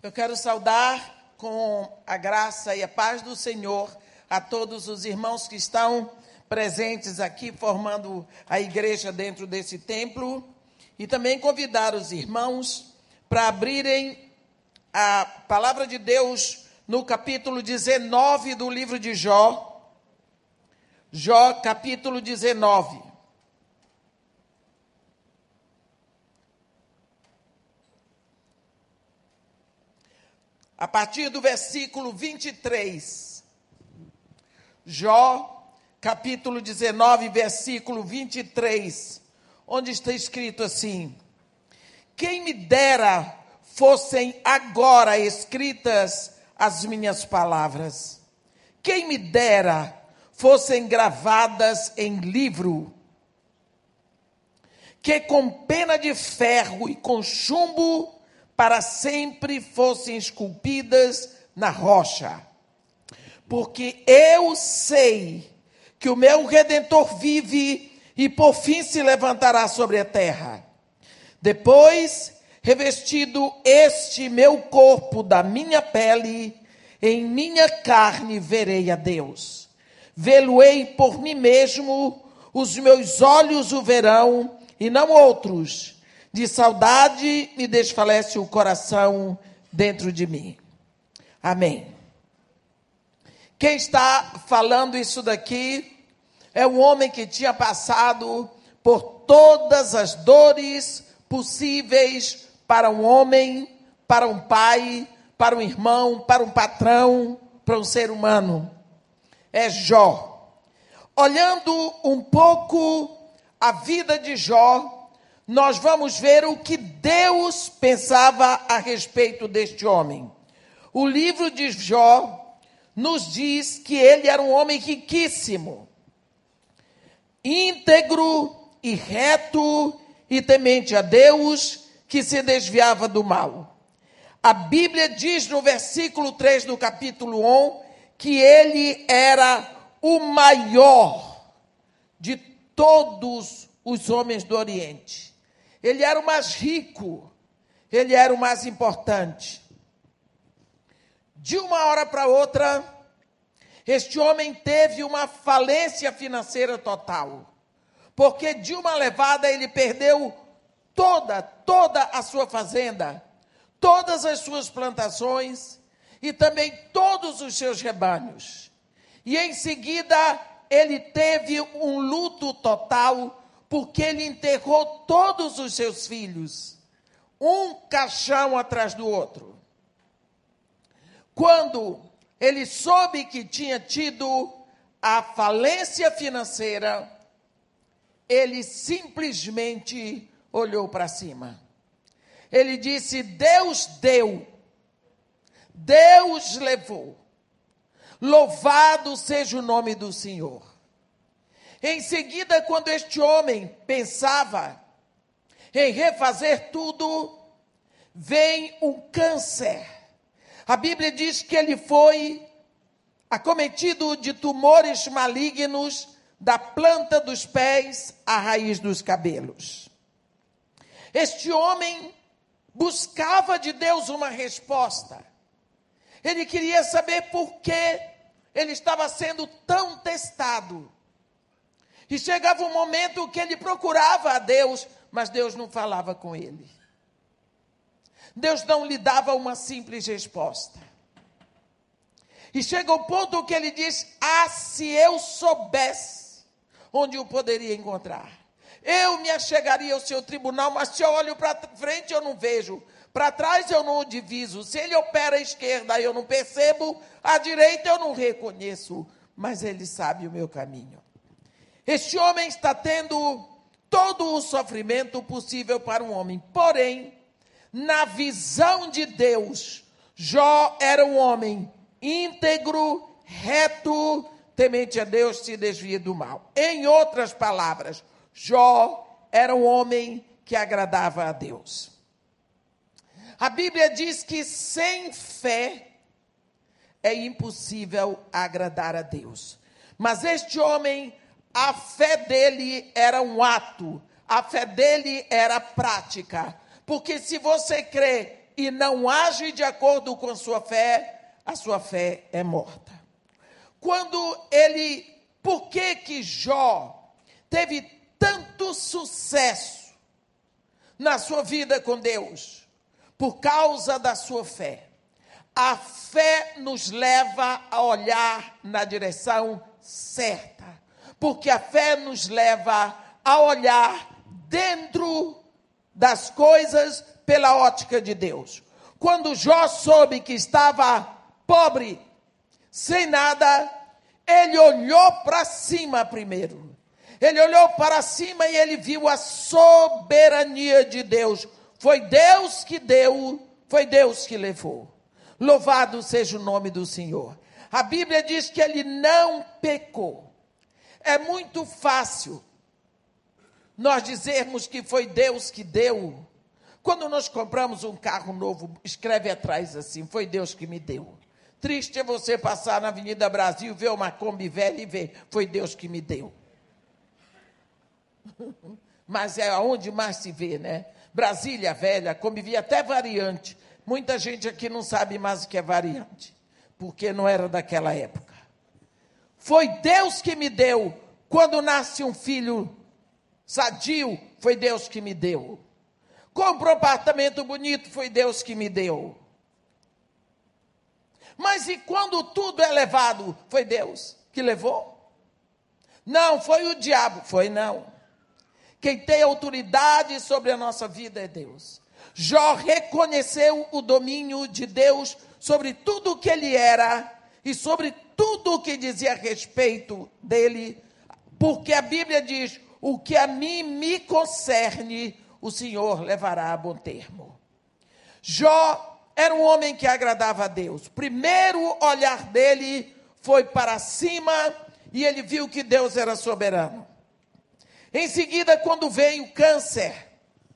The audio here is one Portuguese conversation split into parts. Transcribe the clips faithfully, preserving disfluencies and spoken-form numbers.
Eu quero saudar com a graça e a paz do Senhor a todos os irmãos que estão presentes aqui, formando a igreja dentro desse templo, e também convidar os irmãos para abrirem a palavra de Deus no capítulo dezenove do livro de Jó. Jó, capítulo dezenove. A partir do versículo vinte e três. Jó, capítulo dezenove, versículo vinte e três, onde está escrito assim: quem me dera fossem agora escritas as minhas palavras, quem me dera fossem gravadas em livro, que com pena de ferro e com chumbo para sempre fossem esculpidas na rocha. Porque eu sei que o meu Redentor vive e por fim se levantará sobre a terra. Depois, revestido este meu corpo da minha pele, em minha carne verei a Deus. Vê-lo-ei por mim mesmo, os meus olhos o verão, e não outros. De saudade me desfalece o coração dentro de mim. Amém. Quem está falando isso daqui é um homem que tinha passado por todas as dores possíveis para um homem, para um pai, para um irmão, para um patrão, para um ser humano. É Jó. Olhando um pouco a vida de Jó, nós vamos ver o que Deus pensava a respeito deste homem. O livro de Jó nos diz que ele era um homem riquíssimo, íntegro e reto e temente a Deus, que se desviava do mal. A Bíblia diz no versículo três do capítulo um que ele era o maior de todos os homens do Oriente. Ele era o mais rico, ele era o mais importante. De uma hora para outra, este homem teve uma falência financeira total, porque de uma levada ele perdeu toda, toda a sua fazenda, todas as suas plantações e também todos os seus rebanhos. E em seguida ele teve um luto total, porque ele enterrou todos os seus filhos, um caixão atrás do outro. Quando ele soube que tinha tido a falência financeira, ele simplesmente olhou para cima. Ele disse: Deus deu, Deus levou, louvado seja o nome do Senhor. Em seguida, quando este homem pensava em refazer tudo, vem um câncer. A Bíblia diz que ele foi acometido de tumores malignos da planta dos pés à raiz dos cabelos. Este homem buscava de Deus uma resposta. Ele queria saber por que ele estava sendo tão testado. E chegava um momento que ele procurava a Deus, mas Deus não falava com ele. Deus não lhe dava uma simples resposta. E chega o ponto que ele diz: ah, se eu soubesse onde o poderia encontrar, eu me achegaria ao seu tribunal, mas se eu olho para frente eu não vejo, para trás eu não o diviso, se ele opera à esquerda eu não percebo, à direita eu não reconheço, mas ele sabe o meu caminho. Este homem está tendo todo o sofrimento possível para um homem. Porém, na visão de Deus, Jó era um homem íntegro, reto, temente a Deus, se desvia do mal. Em outras palavras, Jó era um homem que agradava a Deus. A Bíblia diz que sem fé é impossível agradar a Deus. Mas este homem, a fé dele era um ato, a fé dele era prática. Porque se você crê e não age de acordo com a sua fé, a sua fé é morta. Quando ele, por que que Jó teve tanto sucesso na sua vida com Deus? Por causa da sua fé. A fé nos leva a olhar na direção certa, porque a fé nos leva a olhar dentro das coisas pela ótica de Deus. Quando Jó soube que estava pobre, sem nada, ele olhou para cima primeiro. Ele olhou para cima e ele viu a soberania de Deus. Foi Deus que deu, foi Deus que levou. Louvado seja o nome do Senhor. A Bíblia diz que ele não pecou. É muito fácil nós dizermos que foi Deus que deu. Quando nós compramos um carro novo, escreve atrás assim, foi Deus que me deu. Triste é você passar na Avenida Brasil, ver uma Kombi velha e ver, foi Deus que me deu. Mas é onde mais se vê, né? Brasília velha, Kombi velha, até variante. Muita gente aqui não sabe mais o que é variante, porque não era daquela época. Foi Deus que me deu. Quando nasce um filho sadio, foi Deus que me deu. Compro um apartamento bonito, foi Deus que me deu. Mas e quando tudo é levado, foi Deus que levou? Não, foi o diabo. Foi não. Quem tem autoridade sobre a nossa vida é Deus. Jó reconheceu o domínio de Deus sobre tudo o que ele era e sobre tudo o que dizia a respeito dele, porque a Bíblia diz, o que a mim me concerne, o Senhor levará a bom termo. Jó era um homem que agradava a Deus. Primeiro olhar dele foi para cima e ele viu que Deus era soberano. Em seguida, quando veio o câncer,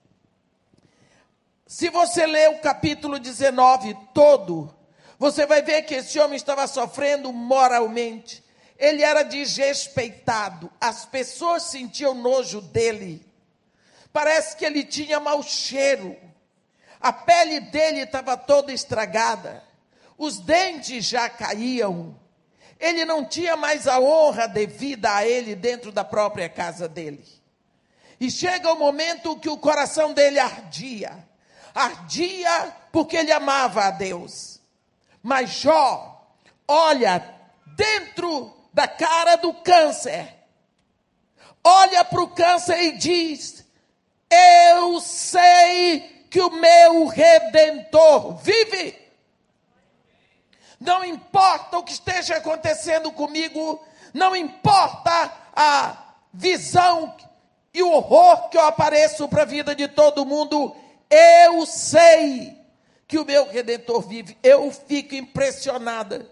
se você ler o capítulo dezenove todo, você vai ver que esse homem estava sofrendo moralmente. Ele era desrespeitado. As pessoas sentiam nojo dele. Parece que ele tinha mau cheiro. A pele dele estava toda estragada. Os dentes já caíam. Ele não tinha mais a honra devida a ele dentro da própria casa dele. E chega o momento que o coração dele ardia. Ardia porque ele amava a Deus. Mas Jó olha dentro da cara do câncer. Olha para o câncer e diz, eu sei que o meu Redentor vive. Não importa o que esteja acontecendo comigo, não importa a visão e o horror que eu apareço para a vida de todo mundo, eu sei que o meu Redentor vive. Eu fico impressionada.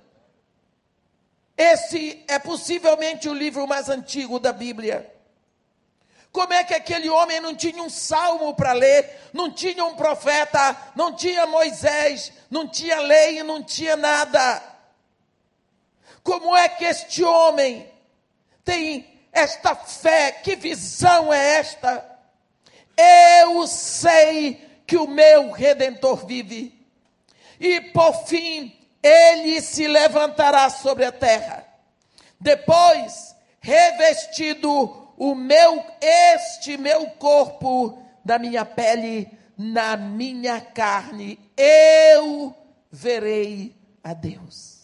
Esse é possivelmente o livro mais antigo da Bíblia. Como é que aquele homem não tinha um salmo para ler, não tinha um profeta, não tinha Moisés, não tinha lei, não tinha nada? Como é que este homem tem esta fé? Que visão é esta? Eu sei que o meu Redentor vive. E por fim, ele se levantará sobre a terra. Depois, revestido o meu, este meu corpo da minha pele, na minha carne, eu verei a Deus.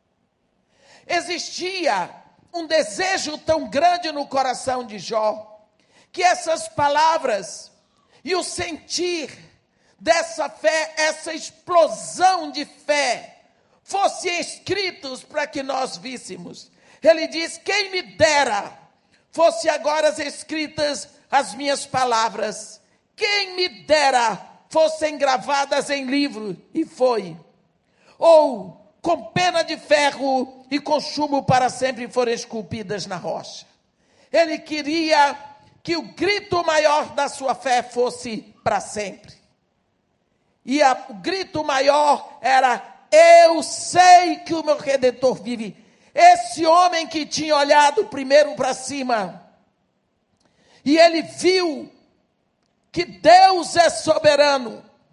Existia um desejo tão grande no coração de Jó, que essas palavras e o sentir dessa fé, essa explosão de fé, fossem escritos para que nós víssemos. Ele diz, quem me dera fosse agora escritas as minhas palavras, quem me dera fossem gravadas em livro, e foi. Ou com pena de ferro e com chumbo para sempre foram esculpidas na rocha. Ele queria que o grito maior da sua fé fosse para sempre. E a, o grito maior era, eu sei que o meu Redentor vive. Esse homem que tinha olhado primeiro para cima, e ele viu que Deus é soberano.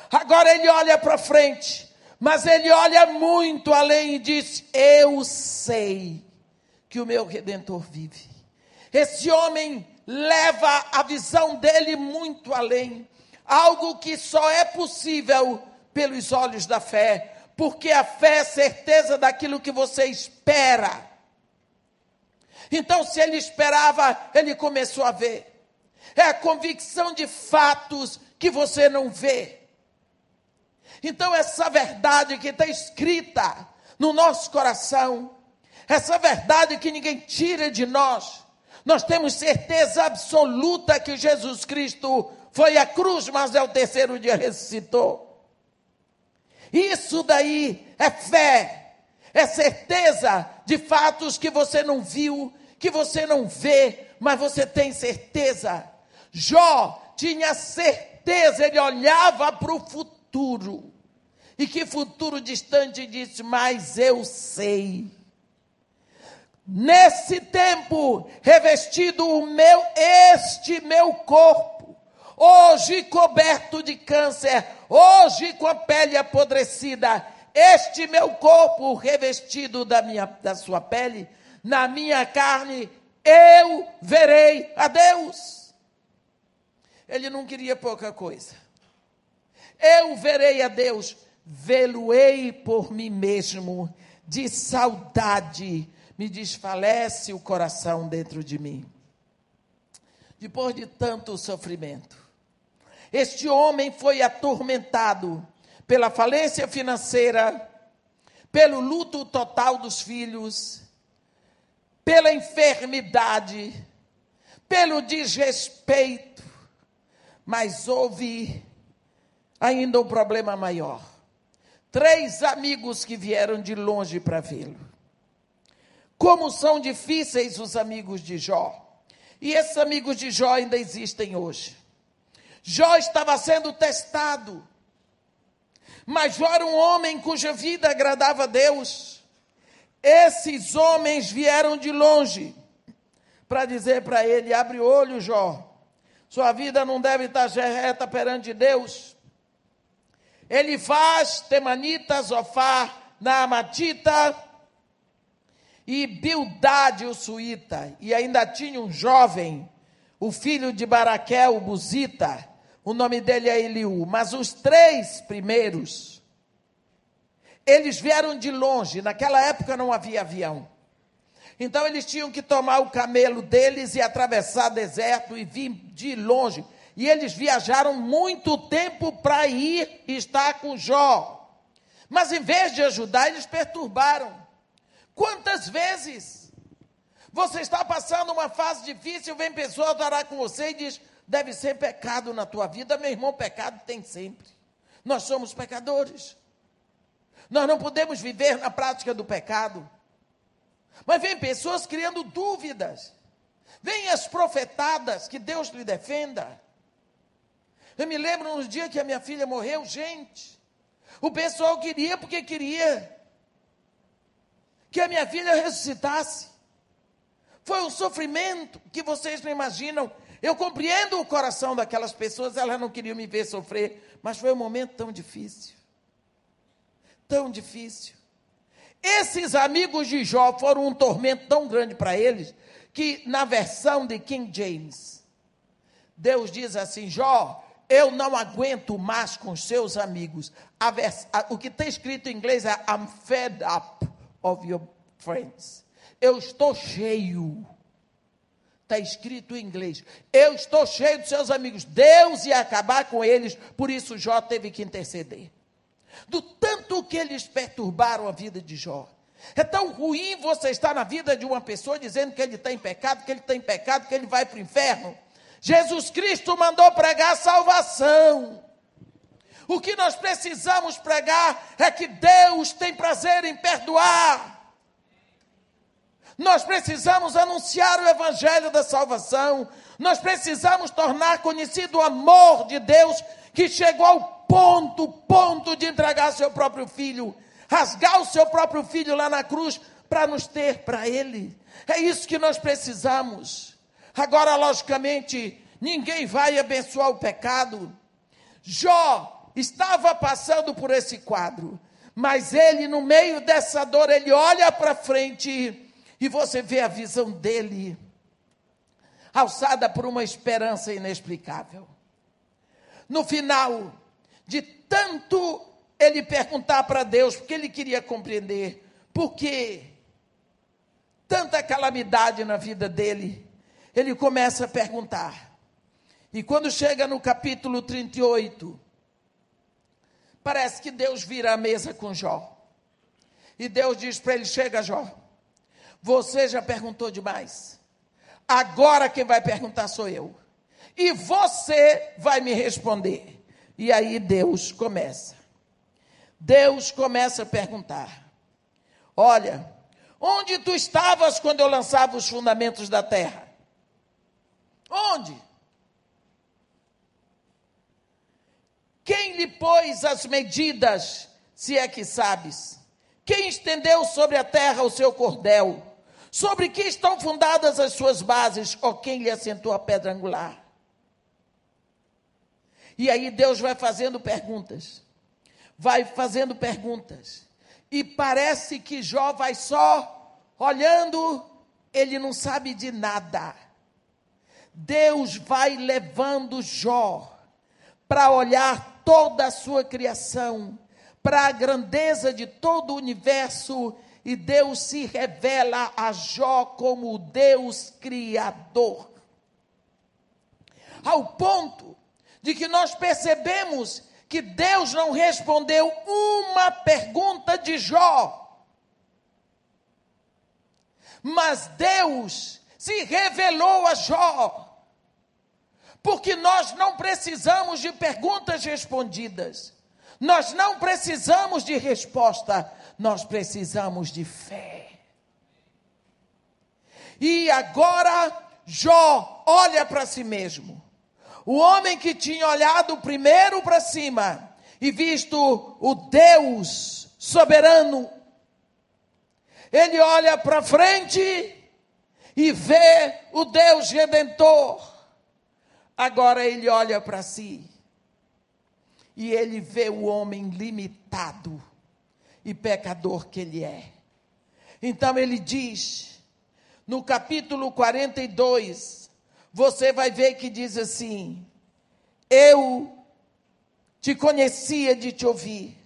Agora ele olha para frente, mas ele olha muito além e diz: eu sei que o meu Redentor vive. Esse homem leva a visão dele muito além, algo que só é possível pelos olhos da fé, porque a fé é certeza daquilo que você espera. Então, se ele esperava, ele começou a ver. É a convicção de fatos que você não vê. Então, essa verdade que está escrita no nosso coração, essa verdade que ninguém tira de nós, nós temos certeza absoluta que Jesus Cristo foi à cruz, mas ao terceiro dia ressuscitou. Isso daí é fé, é certeza de fatos que você não viu, que você não vê, mas você tem certeza. Jó tinha certeza, ele olhava para o futuro. E que futuro distante disse: mas eu sei. Nesse tempo, revestido o meu, este meu corpo, hoje coberto de câncer, hoje com a pele apodrecida, este meu corpo revestido da, minha, da sua pele, na minha carne, eu verei a Deus. Ele não queria pouca coisa. Eu verei a Deus, vê-lo-ei por mim mesmo, de saudade me desfalece o coração dentro de mim. Depois de tanto sofrimento, este homem foi atormentado pela falência financeira, pelo luto total dos filhos, pela enfermidade, pelo desrespeito, mas houve ainda um problema maior. Três amigos que vieram de longe para vê-lo. Como são difíceis os amigos de Jó. E esses amigos de Jó ainda existem hoje. Jó estava sendo testado. Mas Jó era um homem cuja vida agradava a Deus. Esses homens vieram de longe para dizer para ele: abre o olho, Jó. Sua vida não deve estar reta perante Deus. Ele faz Temanita, Zofar, Naamatita e Bildade, o suíta. E ainda tinha um jovem, o filho de Baraquel, o buzita. O nome dele é Eliú. Mas os três primeiros, eles vieram de longe. Naquela época não havia avião. Então eles tinham que tomar o camelo deles e atravessar deserto e vir de longe. E eles viajaram muito tempo para ir e estar com Jó. Mas em vez de ajudar, eles perturbaram. Quantas vezes você está passando uma fase difícil, vem pessoa orar com você e diz: deve ser pecado na tua vida. Meu irmão, pecado tem sempre. Nós somos pecadores. Nós não podemos viver na prática do pecado. Mas vem pessoas criando dúvidas. Vem as profetadas, que Deus lhe defenda. Eu me lembro nos dias que a minha filha morreu, gente. O pessoal queria porque queria que a minha filha ressuscitasse. Foi um sofrimento que vocês não imaginam. Eu compreendo o coração daquelas pessoas, elas não queriam me ver sofrer, mas foi um momento tão difícil. Tão difícil. Esses amigos de Jó foram um tormento tão grande para eles, que na versão de King James, Deus diz assim: Jó, eu não aguento mais com seus amigos. A vers- a, o que está escrito em inglês é I'm fed up of your friends. Eu estou cheio. Está escrito em inglês. Eu estou cheio dos seus amigos. Deus ia acabar com eles, por isso Jó teve que interceder. Do tanto que eles perturbaram a vida de Jó. É tão ruim você estar na vida de uma pessoa dizendo que ele está em pecado, que ele está em pecado, que ele vai para o inferno. Jesus Cristo mandou pregar salvação. O que nós precisamos pregar é que Deus tem prazer em perdoar. Nós precisamos anunciar o evangelho da salvação. Nós precisamos tornar conhecido o amor de Deus, que chegou ao ponto, ponto de entregar seu próprio filho, rasgar o seu próprio filho lá na cruz, para nos ter para ele. É isso que nós precisamos. Agora, logicamente, ninguém vai abençoar o pecado. Jó estava passando por esse quadro, mas ele, no meio dessa dor, ele olha para frente e você vê a visão dele alçada por uma esperança inexplicável. No final de tanto ele perguntar para Deus, porque ele queria compreender por que tanta calamidade na vida dele, ele começa a perguntar. E quando chega no capítulo trinta e oito, parece que Deus vira a mesa com Jó. E Deus diz para ele: chega, Jó, você já perguntou demais. Agora quem vai perguntar sou eu. E você vai me responder. E aí Deus começa. Deus começa a perguntar: olha, onde tu estavas quando eu lançava os fundamentos da terra? Onde? Quem lhe pôs as medidas, se é que sabes? Quem estendeu sobre a terra o seu cordel? Sobre que estão fundadas as suas bases? Ou quem lhe assentou a pedra angular? E aí Deus vai fazendo perguntas. Vai fazendo perguntas. E parece que Jó vai só olhando, ele não sabe de nada. Deus vai levando Jó para olhar toda a sua criação, para a grandeza de todo o universo, e Deus se revela a Jó como o Deus criador. Ao ponto de que nós percebemos que Deus não respondeu uma pergunta de Jó, mas Deus se revelou a Jó. Porque nós não precisamos de perguntas respondidas. Nós não precisamos de resposta. Nós precisamos de fé. E agora Jó olha para si mesmo. O homem que tinha olhado primeiro para cima e visto o Deus soberano, ele olha para frente e vê o Deus redentor. Agora ele olha para si e ele vê o homem limitado e pecador que ele é. Então ele diz, no capítulo quarenta e dois, você vai ver que diz assim: eu te conhecia de te ouvir,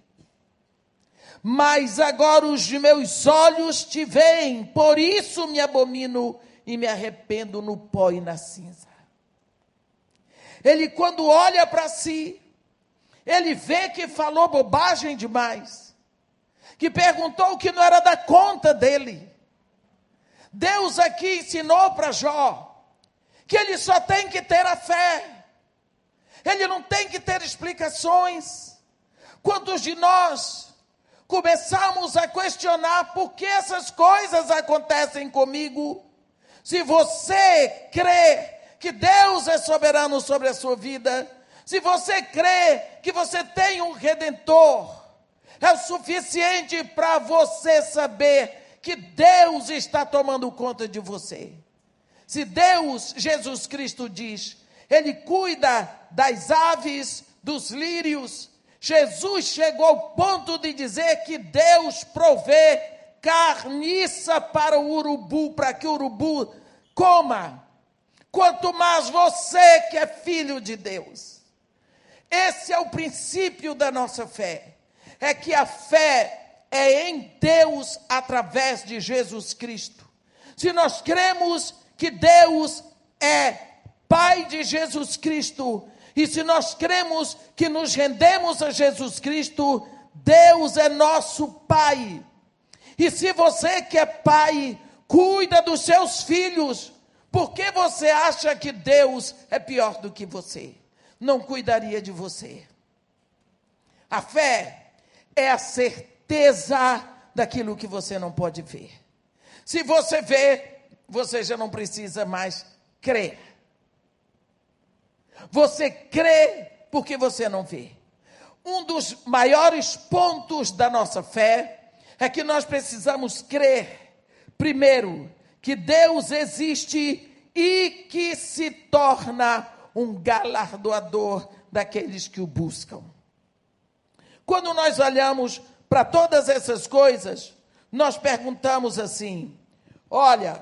mas agora os meus olhos te veem, por isso me abomino e me arrependo no pó e na cinza. Ele, quando olha para si, ele vê que falou bobagem demais, que perguntou o que não era da conta dele. Deus aqui ensinou para Jó que ele só tem que ter a fé, ele não tem que ter explicações. Quantos de nós começamos a questionar por que essas coisas acontecem comigo? Se você crê que Deus é soberano sobre a sua vida, se você crê que você tem um Redentor, é o suficiente para você saber que Deus está tomando conta de você. Se Deus, Jesus Cristo diz, Ele cuida das aves, dos lírios, Jesus chegou ao ponto de dizer que Deus provê carniça para o urubu, para que o urubu coma. Quanto mais você que é filho de Deus. Esse é o princípio da nossa fé. É que a fé é em Deus através de Jesus Cristo. Se nós cremos que Deus é Pai de Jesus Cristo, e se nós cremos que nos rendemos a Jesus Cristo, Deus é nosso Pai. E se você que é pai, cuida dos seus filhos, por que você acha que Deus é pior do que você? Não cuidaria de você. A fé é a certeza daquilo que você não pode ver. Se você vê, você já não precisa mais crer. Você crê porque você não vê. Um dos maiores pontos da nossa fé é que nós precisamos crer, primeiro, que Deus existe e que se torna um galardoador daqueles que o buscam. Quando nós olhamos para todas essas coisas, nós perguntamos assim: olha,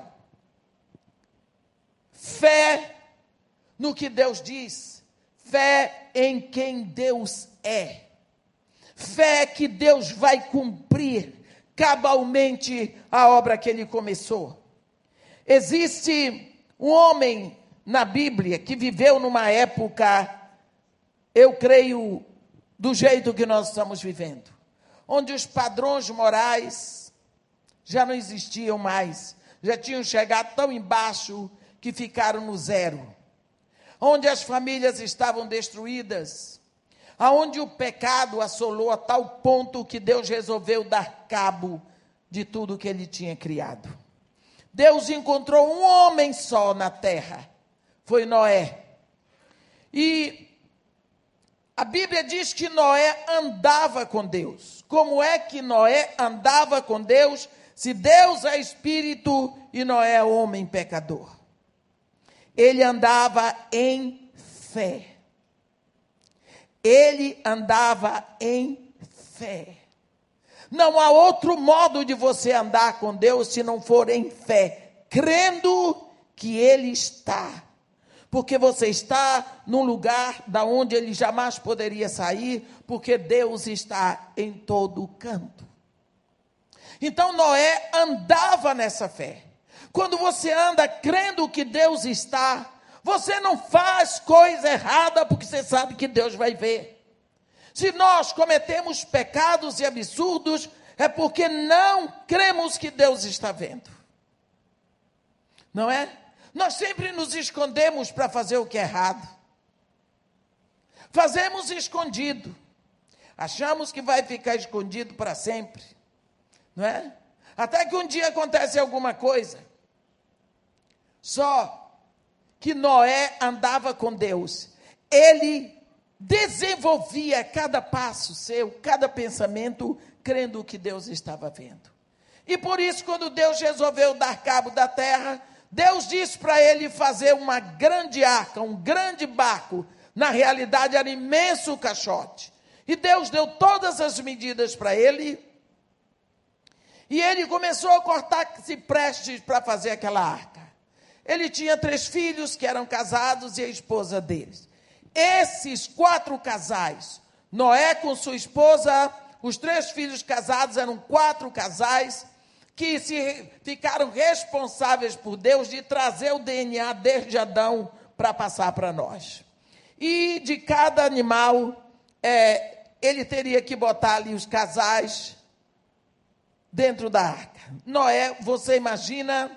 fé no que Deus diz, fé em quem Deus é, fé que Deus vai cumprir cabalmente a obra que Ele começou. Existe um homem na Bíblia que viveu numa época, eu creio, do jeito que nós estamos vivendo, onde os padrões morais já não existiam mais, já tinham chegado tão embaixo que ficaram no zero, onde as famílias estavam destruídas, aonde o pecado assolou a tal ponto que Deus resolveu dar cabo de tudo que Ele tinha criado. Deus encontrou um homem só na terra, foi Noé. E a Bíblia diz que Noé andava com Deus. Como é que Noé andava com Deus, se Deus é espírito e Noé é homem pecador? Ele andava em fé. Ele andava em fé. Não há outro modo de você andar com Deus se não for em fé, crendo que Ele está. Porque você está num lugar da onde Ele jamais poderia sair, porque Deus está em todo canto. Então Noé andava nessa fé. Quando você anda crendo que Deus está, você não faz coisa errada porque você sabe que Deus vai ver. Se nós cometemos pecados e absurdos, é porque não cremos que Deus está vendo. Não é? Nós sempre nos escondemos para fazer o que é errado. Fazemos escondido. Achamos que vai ficar escondido para sempre. Não é? Até que um dia acontece alguma coisa. Só que Noé andava com Deus. Ele desenvolvia cada passo seu, cada pensamento, crendo que Deus estava vendo. E por isso, quando Deus resolveu dar cabo da terra, Deus disse para ele fazer uma grande arca, um grande barco. Na realidade, era imenso o caixote. E Deus deu todas as medidas para ele. E ele começou a cortar ciprestes para fazer aquela arca. Ele tinha três filhos que eram casados e a esposa deles. Esses quatro casais, Noé com sua esposa, os três filhos casados, eram quatro casais que se ficaram responsáveis por Deus de trazer o D N A desde Adão para passar para nós. E de cada animal, é, ele teria que botar ali os casais dentro da arca. Noé, você imagina,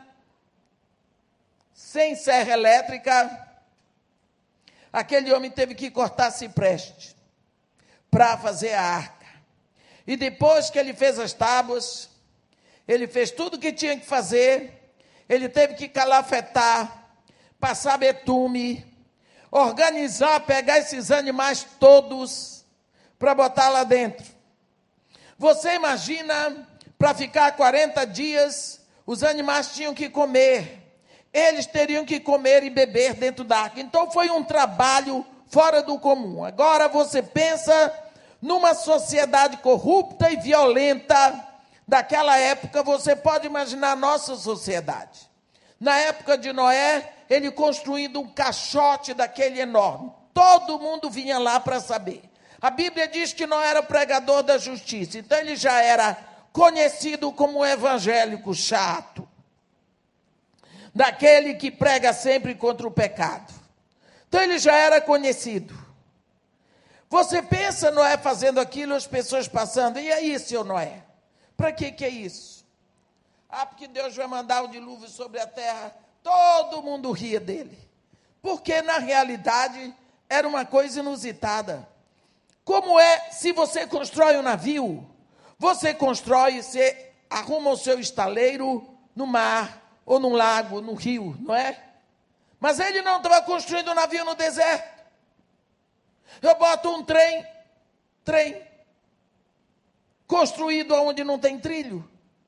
sem serra elétrica, aquele homem teve que cortar cipreste para fazer a arca. E depois que ele fez as tábuas, ele fez tudo o que tinha que fazer, ele teve que calafetar, passar betume, organizar, pegar esses animais todos para botar lá dentro. Você imagina, para ficar quarenta dias, os animais tinham que comer. Eles teriam que comer e beber dentro da arca. Então foi um trabalho fora do comum. Agora você pensa numa sociedade corrupta e violenta daquela época, você pode imaginar a nossa sociedade. Na época de Noé, ele construindo um caixote daquele enorme. Todo mundo vinha lá para saber. A Bíblia diz que Noé era pregador da justiça, então ele já era conhecido como um evangélico chato. Daquele que prega sempre contra o pecado. Então ele já era conhecido. Você pensa Noé fazendo aquilo, as pessoas passando, e aí, seu Noé? Para que que é isso? Ah, porque Deus vai mandar o dilúvio sobre a terra. Todo mundo ria dele. Porque, na realidade, era uma coisa inusitada. Como é, se você constrói um navio, você constrói, você arruma o seu estaleiro no mar, ou num lago, no rio, não é? Mas ele não estava construindo um navio no deserto. Eu boto um trem, trem, construído onde não tem trilho.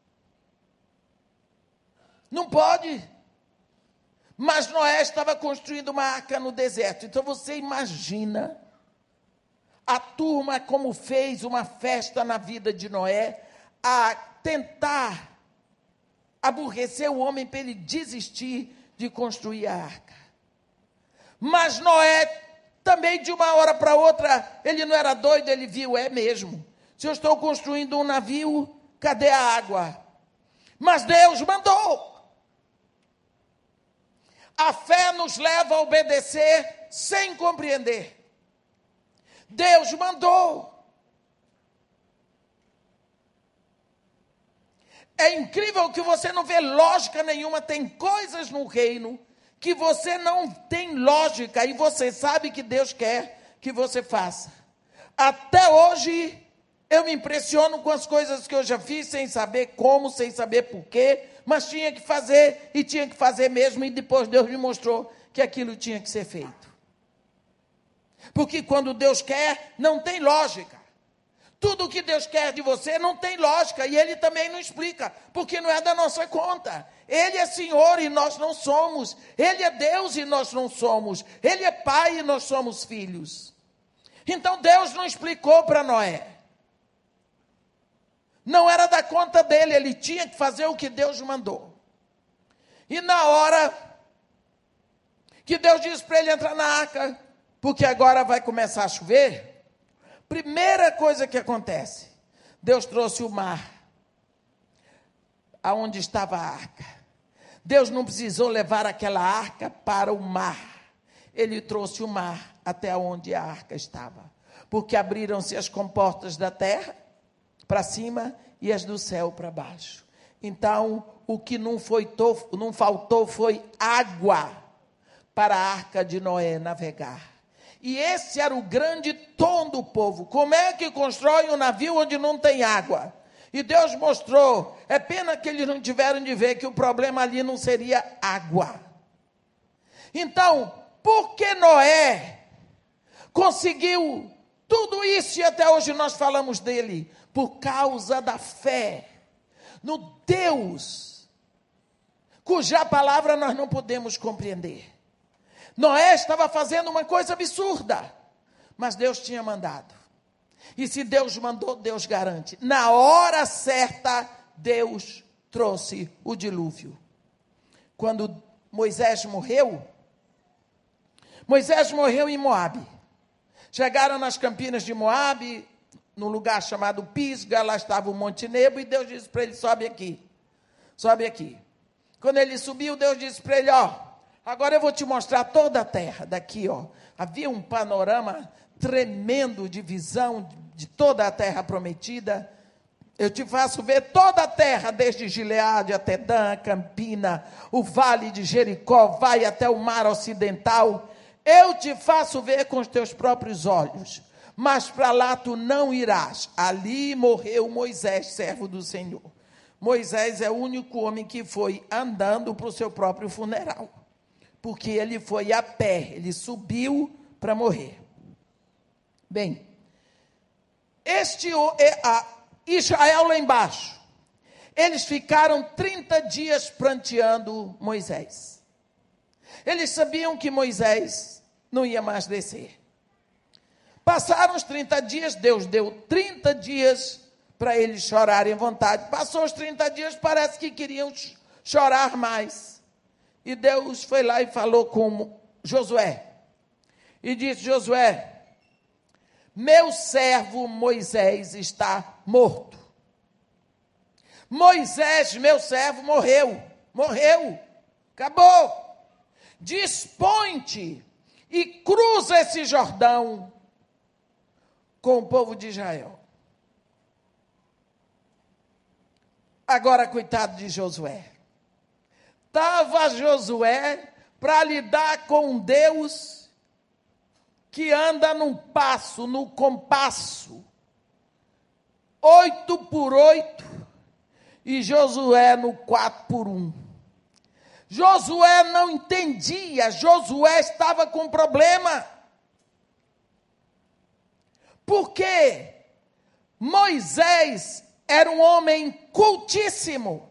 Não pode. Mas Noé estava construindo uma arca no deserto. Então você imagina a turma como fez uma festa na vida de Noé, a tentar aborrecer o homem para ele desistir de construir a arca. Mas Noé, também de uma hora para outra, ele não era doido, ele viu, é mesmo. Se eu estou construindo um navio, cadê a água? Mas Deus mandou. A fé nos leva a obedecer sem compreender. Deus mandou. É incrível que você não vê lógica nenhuma. Tem coisas no reino que você não tem lógica e você sabe que Deus quer que você faça. Até hoje, eu me impressiono com as coisas que eu já fiz sem saber como, sem saber porquê, mas tinha que fazer e tinha que fazer mesmo, e depois Deus me mostrou que aquilo tinha que ser feito. Porque quando Deus quer, não tem lógica. Tudo o que Deus quer de você não tem lógica, e Ele também não explica, porque não é da nossa conta. Ele é Senhor e nós não somos. Ele é Deus e nós não somos. Ele é Pai e nós somos filhos. Então Deus não explicou para Noé. Não era da conta dele, ele tinha que fazer o que Deus mandou. E na hora que Deus disse para ele entrar na arca, porque agora vai começar a chover, primeira coisa que acontece, Deus trouxe o mar, aonde estava a arca. Deus não precisou levar aquela arca para o mar, ele trouxe o mar até onde a arca estava, porque abriram-se as comportas da terra, para cima e as do céu para baixo. Então, o que não, foi, não faltou foi água para a arca de Noé navegar. E esse era o grande tom do povo. Como é que constrói um navio onde não tem água? E Deus mostrou, é pena que eles não tiveram de ver que o problema ali não seria água. Então, por que Noé conseguiu tudo isso e até hoje nós falamos dele? Por causa da fé no Deus, cuja palavra nós não podemos compreender. Noé estava fazendo uma coisa absurda, mas Deus tinha mandado. E se Deus mandou, Deus garante. Na hora certa, Deus trouxe o dilúvio. Quando Moisés morreu, Moisés morreu em Moabe. Chegaram nas campinas de Moabe, num lugar chamado Pisga, lá estava o Monte Nebo, e Deus disse para ele, sobe aqui, sobe aqui. Quando ele subiu, Deus disse para ele, ó, agora eu vou te mostrar toda a terra, daqui, ó. Havia um panorama tremendo de visão de toda a terra prometida. Eu te faço ver toda a terra, desde Gileade até Dan, Campina, o vale de Jericó, vai até o mar ocidental. Eu te faço ver com os teus próprios olhos. Mas para lá tu não irás. Ali morreu Moisés, servo do Senhor. Moisés é o único homem que foi andando para o seu próprio funeral. Porque ele foi a pé, ele subiu para morrer. Bem, este a Israel lá embaixo, eles ficaram trinta dias pranteando Moisés. Eles sabiam que Moisés não ia mais descer. Passaram os trinta dias, Deus deu trinta dias para eles chorarem à vontade. Passou os trinta dias, parece que queriam chorar mais. E Deus foi lá e falou com Josué. E disse, Josué, meu servo Moisés está morto. Moisés, meu servo, morreu. Morreu. Acabou. Dispõe-te e cruza esse Jordão com o povo de Israel. Agora, coitado de Josué. Estava Josué para lidar com um Deus que anda num passo, no compasso, oito por oito, e Josué no quatro por um. Josué não entendia, Josué estava com problema. Porque Moisés era um homem cultíssimo.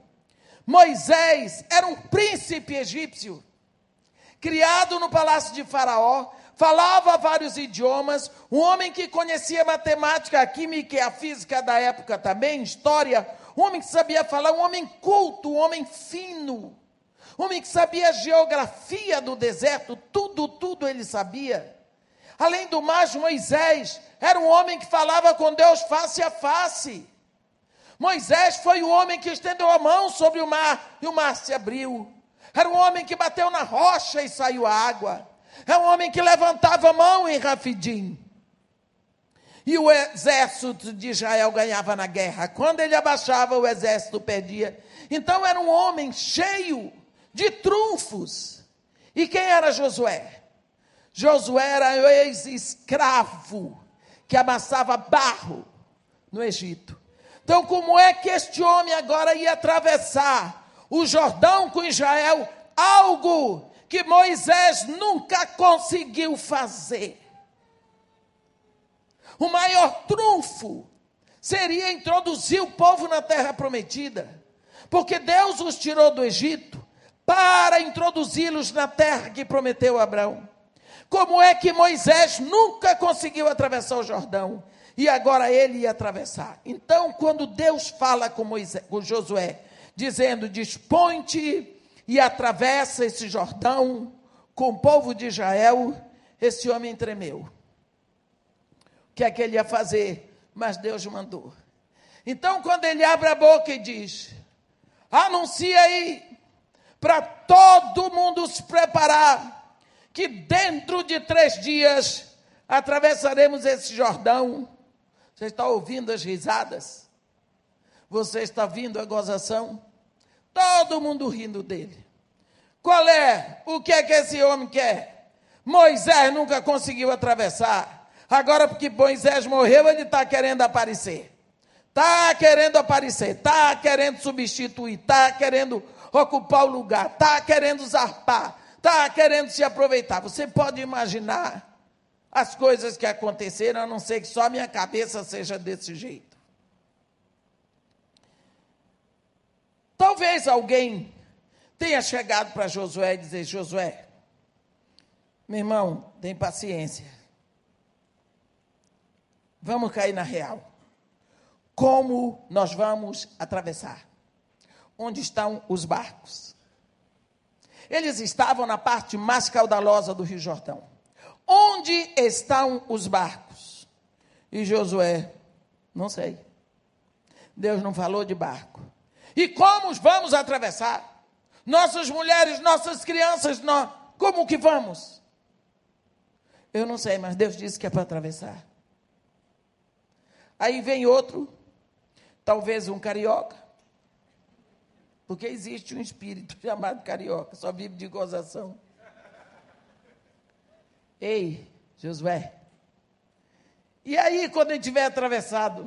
Moisés era um príncipe egípcio, criado no palácio de Faraó, falava vários idiomas, um homem que conhecia matemática, a química e a física da época também, história, um homem que sabia falar, um homem culto, um homem fino, um homem que sabia a geografia do deserto, tudo, tudo ele sabia. Além do mais, Moisés era um homem que falava com Deus face a face. Moisés foi o homem que estendeu a mão sobre o mar e o mar se abriu. Era um homem que bateu na rocha e saiu a água. É um homem que levantava a mão em Rafidim. E o exército de Israel ganhava na guerra. Quando ele abaixava, o exército perdia. Então era um homem cheio de trunfos. E quem era Josué? Josué era o ex-escravo que amassava barro no Egito. Então, como é que este homem agora ia atravessar o Jordão com Israel? Algo que Moisés nunca conseguiu fazer. O maior trunfo seria introduzir o povo na terra prometida, porque Deus os tirou do Egito para introduzi-los na terra que prometeu a Abraão. Como é que Moisés nunca conseguiu atravessar o Jordão? E agora ele ia atravessar. Então, quando Deus fala com, Moisés, com Josué, dizendo, dispõe-te e atravessa esse Jordão com o povo de Israel, esse homem tremeu. O que é que ele ia fazer? Mas Deus mandou. Então, quando ele abre a boca e diz, anuncia aí, para todo mundo se preparar, que dentro de três dias atravessaremos esse Jordão. Você está ouvindo as risadas? Você está ouvindo a gozação? Todo mundo rindo dele. Qual é? O que é que esse homem quer? Moisés nunca conseguiu atravessar. Agora, porque Moisés morreu, ele está querendo aparecer. Está querendo aparecer, está querendo substituir, está querendo ocupar o lugar, está querendo zarpar, está querendo se aproveitar. Você pode imaginar as coisas que aconteceram, a não ser que só a minha cabeça seja desse jeito. Talvez alguém tenha chegado para Josué e dizer, Josué, meu irmão, tem paciência. Vamos cair na real. Como nós vamos atravessar? Onde estão os barcos? Eles estavam na parte mais caudalosa do Rio Jordão. Onde estão os barcos? E Josué, não sei. Deus não falou de barco. E como vamos atravessar? Nossas mulheres, nossas crianças, nós, como que vamos? Eu não sei, mas Deus disse que é para atravessar. Aí vem outro, talvez um carioca, porque existe um espírito chamado carioca, só vive de gozação. Ei, Josué, e aí quando ele tiver atravessado,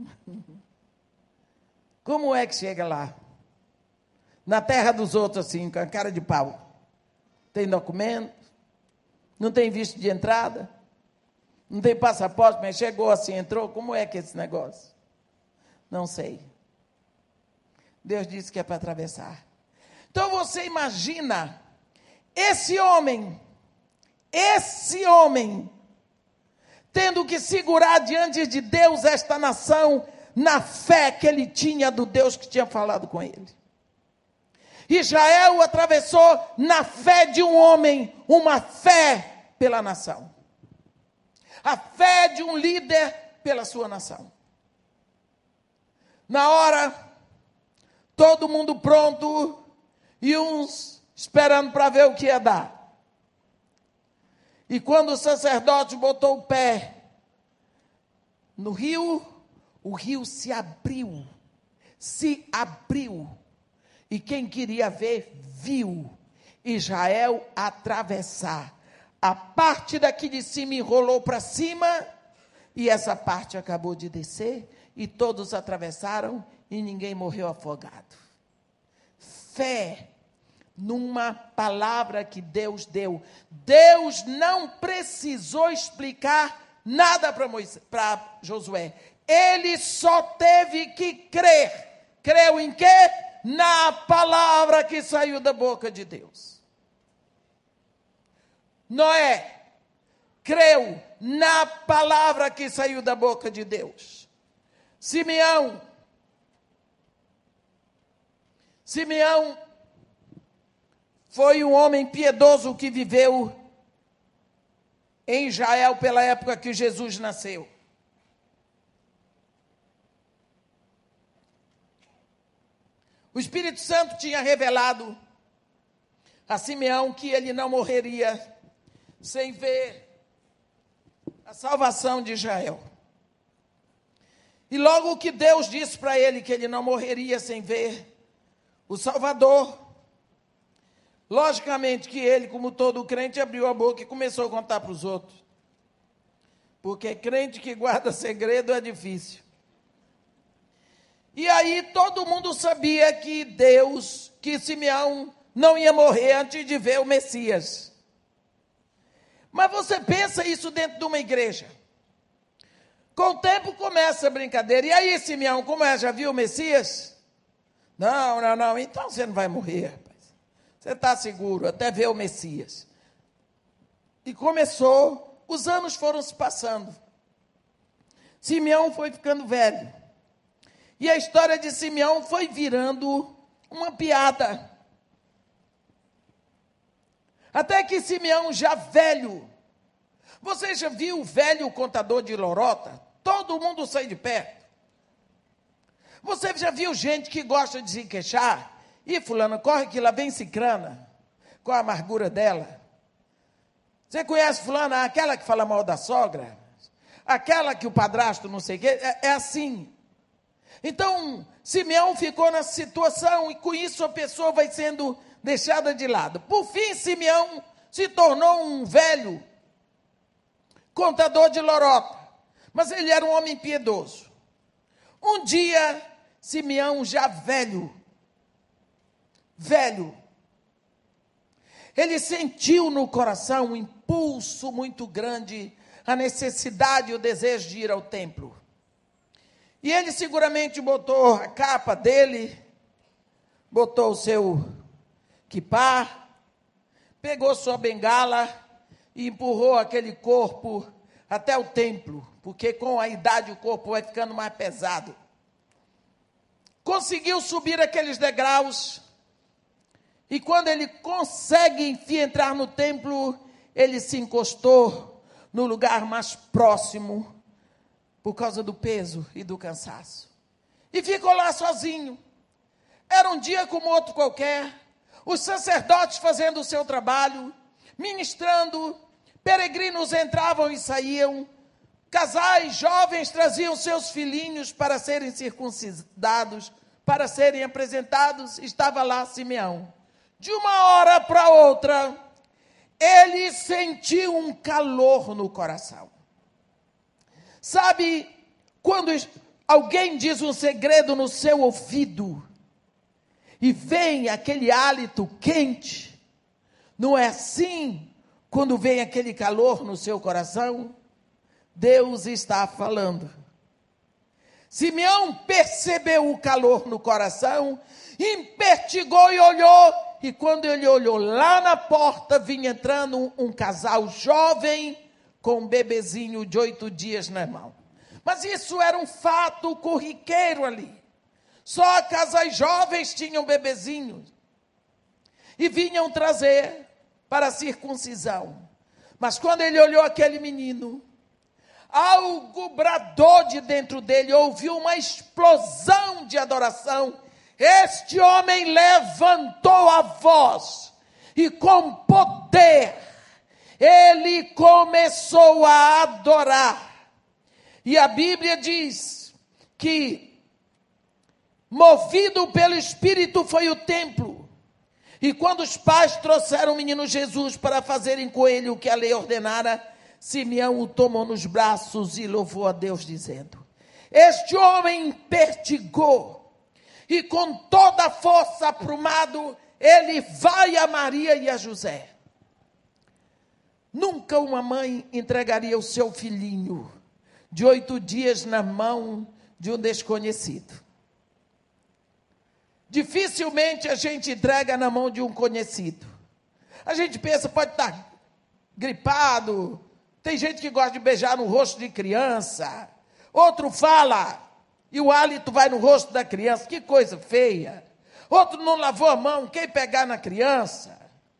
como é que chega lá? Na terra dos outros, assim, com a cara de pau. Tem documento, não tem visto de entrada, não tem passaporte, mas chegou assim, entrou, como é que é esse negócio? Não sei. Deus disse que é para atravessar. Então você imagina, esse homem, esse homem, tendo que segurar diante de Deus esta nação, na fé que ele tinha do Deus que tinha falado com ele. Israel atravessou na fé de um homem, uma fé pela nação. A fé de um líder pela sua nação. Na hora, todo mundo pronto e uns esperando para ver o que ia dar. E quando o sacerdote botou o pé no rio, o rio se abriu, se abriu. E quem queria ver, viu Israel atravessar. A parte daqui de cima enrolou para cima, e essa parte acabou de descer, e todos atravessaram, e ninguém morreu afogado. Fé numa palavra que Deus deu. Deus não precisou explicar nada para Moisés, para Josué. Ele só teve que crer. Creu em quê? Na palavra que saiu da boca de Deus. Noé creu na palavra que saiu da boca de Deus. Simeão, Simeão foi um homem piedoso que viveu em Israel pela época que Jesus nasceu. O Espírito Santo tinha revelado a Simeão que ele não morreria sem ver a salvação de Israel. E logo que Deus disse para ele que ele não morreria sem ver o Salvador, logicamente que ele, como todo crente, abriu a boca e começou a contar para os outros. Porque crente que guarda segredo é difícil. E aí todo mundo sabia que Deus, que Simeão não ia morrer antes de ver o Messias. Mas você pensa isso dentro de uma igreja. Com o tempo começa a brincadeira. E aí, Simeão, como é? Já viu o Messias? Não, não, não. Então você não vai morrer, rapaz. Você está seguro até ver o Messias. E começou, os anos foram se passando. Simeão foi ficando velho. E a história de Simeão foi virando uma piada. Até que Simeão, já velho, você já viu o velho contador de lorota? Todo mundo sai de perto. Você já viu gente que gosta de se queixar? Ih, fulano, corre que lá vem cicrana, com a amargura dela. Você conhece fulana, aquela que fala mal da sogra? Aquela que o padrasto não sei o quê? É, é assim. Então, Simeão ficou nessa situação e com isso a pessoa vai sendo deixada de lado. Por fim, Simeão se tornou um velho contador de lorota, mas ele era um homem piedoso. Um dia, Simeão, já velho, velho, ele sentiu no coração um impulso muito grande, a necessidade e o desejo de ir ao templo. E ele seguramente botou a capa dele, botou o seu quipá, pegou sua bengala e empurrou aquele corpo até o templo, porque com a idade o corpo vai ficando mais pesado. Conseguiu subir aqueles degraus, e quando ele consegue, enfim, entrar no templo, ele se encostou no lugar mais próximo, por causa do peso e do cansaço. E ficou lá sozinho. Era um dia como outro qualquer, os sacerdotes fazendo o seu trabalho, ministrando, peregrinos entravam e saíam, casais jovens traziam seus filhinhos para serem circuncidados, para serem apresentados, estava lá Simeão. De uma hora para outra, ele sentiu um calor no coração. Sabe, quando alguém diz um segredo no seu ouvido, e vem aquele hálito quente, não é assim quando vem aquele calor no seu coração? Deus está falando. Simeão percebeu o calor no coração, impertigou e olhou, e quando ele olhou lá na porta, vinha entrando um, um casal jovem, com um bebezinho de oito dias na mão. Mas isso era um fato corriqueiro ali. Só casais jovens tinham bebezinhos. E vinham trazer para a circuncisão. Mas quando ele olhou aquele menino, algo bradou de dentro dele, ouviu uma explosão de adoração. Este homem levantou a voz e com poder ele começou a adorar. E a Bíblia diz que, movido pelo Espírito, foi o templo. E quando os pais trouxeram o menino Jesus para fazerem com ele o que a lei ordenara, Simeão o tomou nos braços e louvou a Deus, dizendo: este homem pertigou, e com toda a força aprumado, ele vai a Maria e a José. Nunca uma mãe entregaria o seu filhinho de oito dias na mão de um desconhecido. Dificilmente a gente entrega na mão de um conhecido. A gente pensa, pode estar gripado, Tem gente que gosta de beijar no rosto de criança. Outro fala e o hálito vai no rosto da criança. Que coisa feia. Outro não lavou a mão. Quem pegar na criança?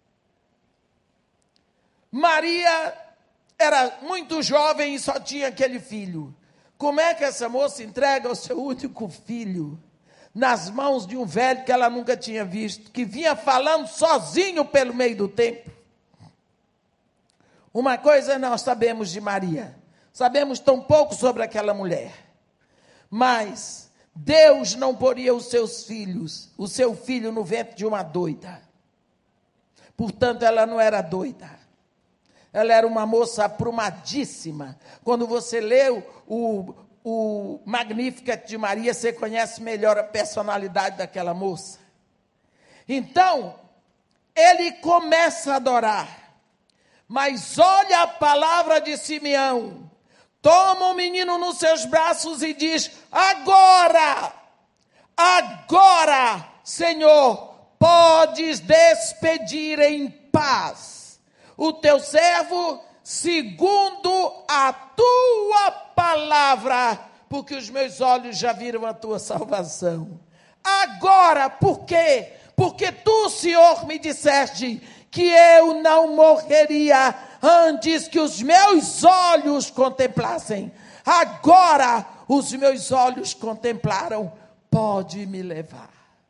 Maria era muito jovem e só tinha aquele filho. Como é que essa moça entrega o seu único filho nas mãos de um velho que ela nunca tinha visto, que vinha falando sozinho pelo meio do templo? Uma coisa nós sabemos de Maria, sabemos tão pouco sobre aquela mulher, mas Deus não poria os seus filhos, o seu filho no ventre de uma doida. Portanto, ela não era doida. Ela era uma moça aprumadíssima. Quando você lê o, o, o Magnificat de Maria, você conhece melhor a personalidade daquela moça. Então, ele começa a adorar. Mas olha a palavra de Simeão. Toma o menino nos seus braços e diz: agora, agora, Senhor, podes despedir em paz o teu servo, segundo a tua palavra, porque os meus olhos já viram a tua salvação. Agora, por quê? Porque tu, Senhor, me disseste que eu não morreria antes que os meus olhos contemplassem. Agora, os meus olhos contemplaram, pode me levar.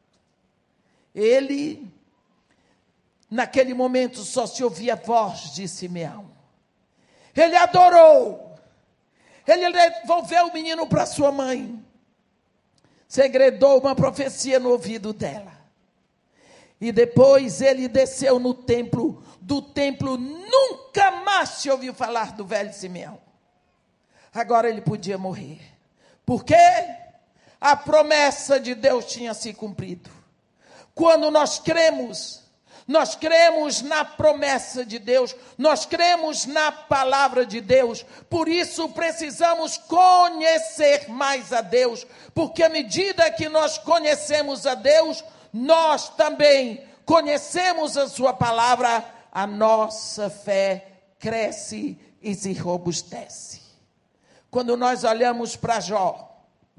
Ele... Naquele momento só se ouvia a voz de Simeão. Ele adorou. Ele devolveu o menino para sua mãe. Segredou uma profecia no ouvido dela. E depois ele desceu no templo. Do templo nunca mais se ouviu falar do velho Simeão. Agora ele podia morrer. Por quê? A promessa de Deus tinha se cumprido. Quando nós cremos... Nós cremos na promessa de Deus, nós cremos na palavra de Deus, por isso precisamos conhecer mais a Deus, porque à medida que nós conhecemos a Deus, nós também conhecemos a sua palavra, a nossa fé cresce e se robustece. Quando nós olhamos para Jó,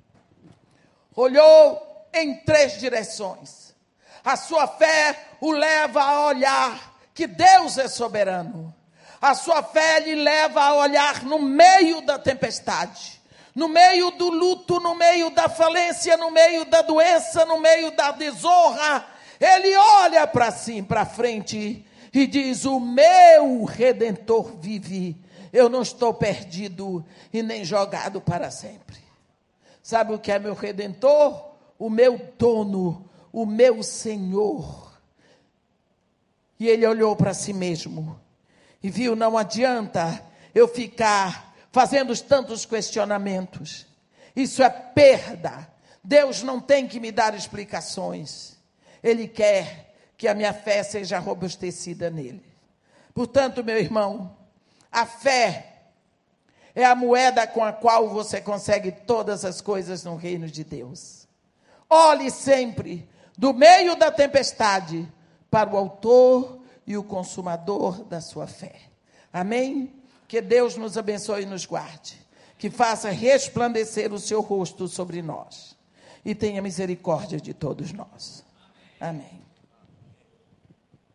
olhou em três direções. A sua fé o leva a olhar que Deus é soberano. A sua fé lhe leva a olhar no meio da tempestade, no meio do luto, no meio da falência, no meio da doença, no meio da desonra. Ele olha para cima, para frente e diz: o meu Redentor vive. Eu não estou perdido e nem jogado para sempre. Sabe o que é meu Redentor? O meu dono, o meu Senhor. E ele olhou para si mesmo e viu: não adianta eu ficar fazendo tantos questionamentos. Isso é perda. Deus não tem que me dar explicações. Ele quer que a minha fé seja robustecida nele. Portanto, meu irmão, a fé é a moeda com a qual você consegue todas as coisas no reino de Deus. Olhe sempre do meio da tempestade para o autor e o consumador da sua fé. Amém? Que Deus nos abençoe e nos guarde. Que faça resplandecer o seu rosto sobre nós. E tenha misericórdia de todos nós. Amém.